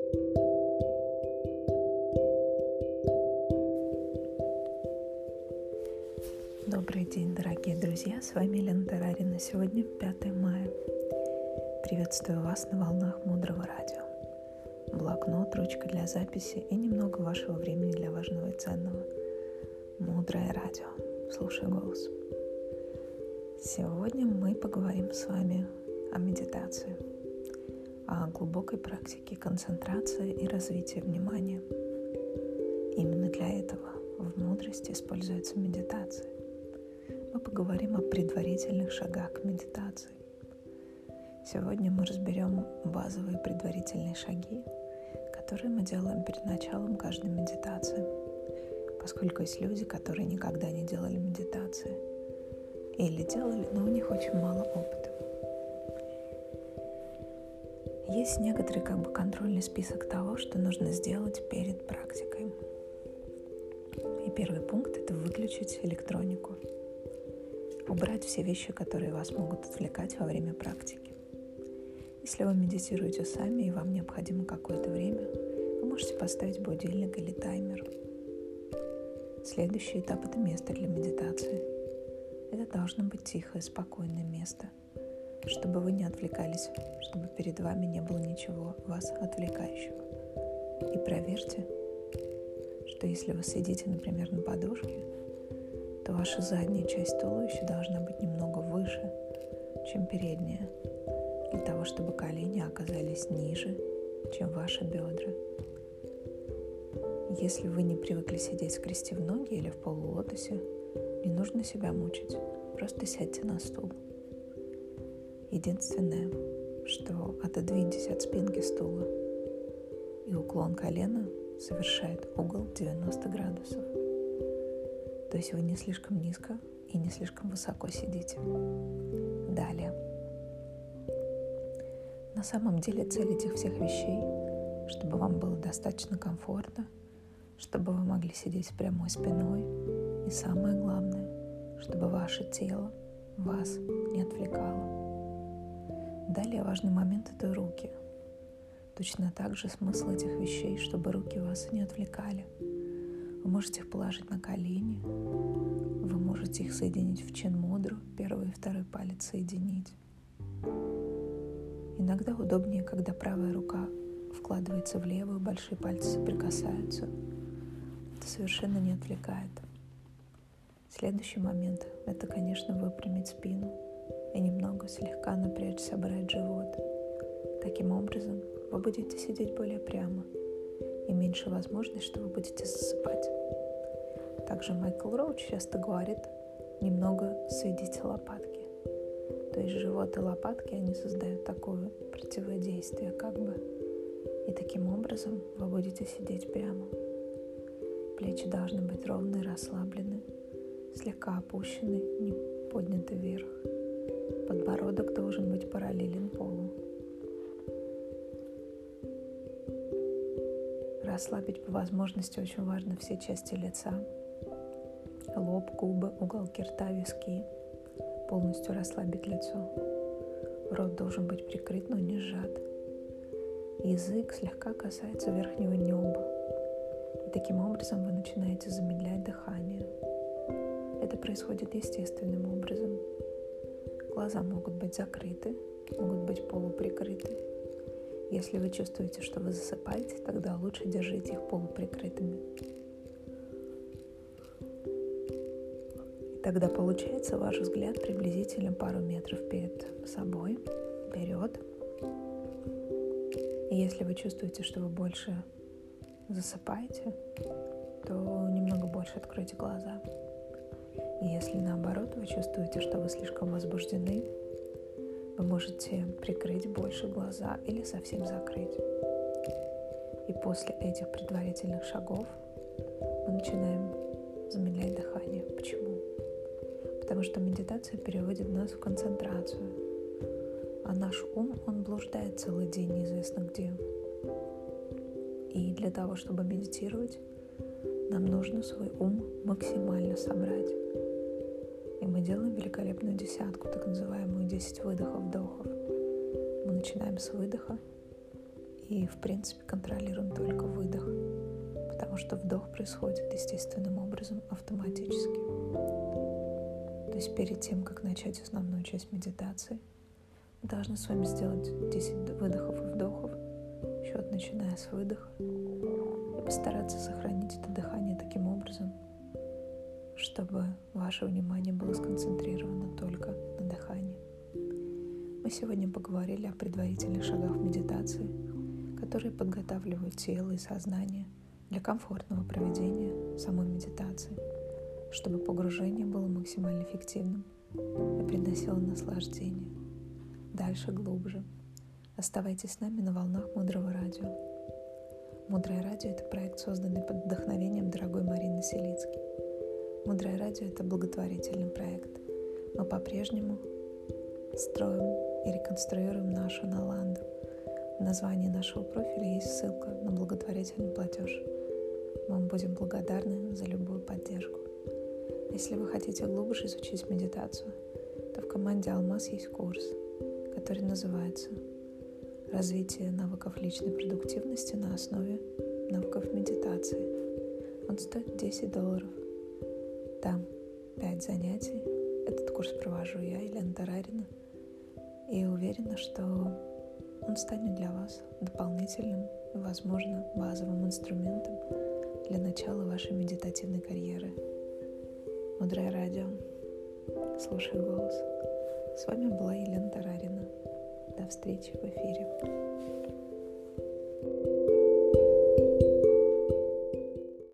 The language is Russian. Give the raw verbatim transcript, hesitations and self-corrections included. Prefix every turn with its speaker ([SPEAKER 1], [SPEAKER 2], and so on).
[SPEAKER 1] Добрый день, дорогие друзья, с вами Елена Тарарина. Сегодня пятое мая. Приветствую вас на волнах Мудрого радио. Блокнот, ручка для записи и немного вашего времени для важного и ценного. Мудрое радио. Слушай голос. Сегодня мы поговорим с вами о медитации, о глубокой практике концентрации и развития внимания. Именно для этого в мудрости используется медитация. Мы поговорим о предварительных шагах к медитации. Сегодня мы разберем базовые предварительные шаги, которые мы делаем перед началом каждой медитации, поскольку есть люди, которые никогда не делали медитации, или делали, но у них очень мало опыта. Есть некоторый как бы контрольный список того, что нужно сделать перед практикой. И первый пункт — это выключить электронику. Убрать все вещи, которые вас могут отвлекать во время практики. Если вы медитируете сами и вам необходимо какое-то время, вы можете поставить будильник или таймер. Следующий этап — это место для медитации. Это должно быть тихое, спокойное место, чтобы вы не отвлекались, чтобы перед вами не было ничего вас отвлекающего. И проверьте, что если вы сидите, например, на подушке, то ваша задняя часть туловища должна быть немного выше, чем передняя, для того, чтобы колени оказались ниже, чем ваши бедра. Если вы не привыкли сидеть, скрестив ноги или в полулотосе, не нужно себя мучить, просто сядьте на стул. Единственное, что отодвиньтесь от спинки стула, и уклон колена совершает угол девяносто градусов. То есть вы не слишком низко и не слишком высоко сидите. Далее. На самом деле цель этих всех вещей, чтобы вам было достаточно комфортно, чтобы вы могли сидеть с прямой спиной, и самое главное, чтобы ваше тело вас не отвлекало. Далее важный момент — это руки. Точно так же смысл этих вещей, чтобы руки вас не отвлекали. Вы можете их положить на колени, вы можете их соединить в чен-мудру, первый и второй палец соединить. Иногда удобнее, когда правая рука вкладывается в левую, большие пальцы соприкасаются. Это совершенно не отвлекает. Следующий момент — это, конечно, выпрямить спину и немного слегка напрячь, собрать живот. Таким образом, вы будете сидеть более прямо и меньше возможность, что вы будете засыпать. Также Майкл Роуч часто говорит: немного сведите лопатки. То есть живот и лопатки, они создают такое противодействие как бы. И таким образом вы будете сидеть прямо. Плечи должны быть ровные, расслаблены, слегка опущены, не подняты вверх. Подбородок должен быть параллелен полу. Расслабить по возможности очень важно все части лица. Лоб, губы, уголки рта, виски. Полностью расслабить лицо. Рот должен быть прикрыт, но не сжат. Язык слегка касается верхнего неба. И таким образом вы начинаете замедлять дыхание. Это происходит естественным образом. Глаза могут быть закрыты, могут быть полуприкрыты. Если вы чувствуете, что вы засыпаете, тогда лучше держите их полуприкрытыми. И тогда получается ваш взгляд приблизительно пару метров перед собой, вперед. И если вы чувствуете, что вы больше засыпаете, то немного больше откройте глаза. И если наоборот вы чувствуете, что вы слишком возбуждены, вы можете прикрыть больше глаза или совсем закрыть. И после этих предварительных шагов мы начинаем замедлять дыхание. Почему? Потому что медитация переводит нас в концентрацию, а наш ум, он блуждает целый день неизвестно где. И для того, чтобы медитировать, нам нужно свой ум максимально собрать. И мы делаем великолепную десятку, так называемую десять выдохов-вдохов. Мы начинаем с выдоха И, в принципе, контролируем только выдох, потому что вдох происходит естественным образом, автоматически. То есть перед тем, как начать основную часть медитации, мы должны с вами сделать десять выдохов и вдохов, счет начиная с выдоха, и постараться сохранить это дыхание таким образом, чтобы ваше внимание было сконцентрировано только на дыхании. Мы сегодня поговорили о предварительных шагах медитации, которые подготавливают тело и сознание для комфортного проведения самой медитации, чтобы погружение было максимально эффективным и приносило наслаждение. Дальше глубже. Оставайтесь с нами на волнах Мудрого радио. Мудрое радио — это проект, созданный под вдохновением дорогой Марины Селицки. Мудрое радио — это благотворительный проект. Мы по-прежнему строим и реконструируем нашу Наланду. В названии нашего профиля есть ссылка на благотворительный платеж. Мы вам будем благодарны за любую поддержку. Если вы хотите глубже изучить медитацию, то в команде «Алмаз» есть курс, который называется «Развитие навыков личной продуктивности на основе навыков медитации». Он стоит десять долларов. Там пять занятий. Этот курс провожу я, Елена Тарарина. И уверена, что он станет для вас дополнительным и, возможно, базовым инструментом для начала вашей медитативной карьеры. Мудрое радио. Слушай голос. С вами была Елена Тарарина. До встречи в эфире.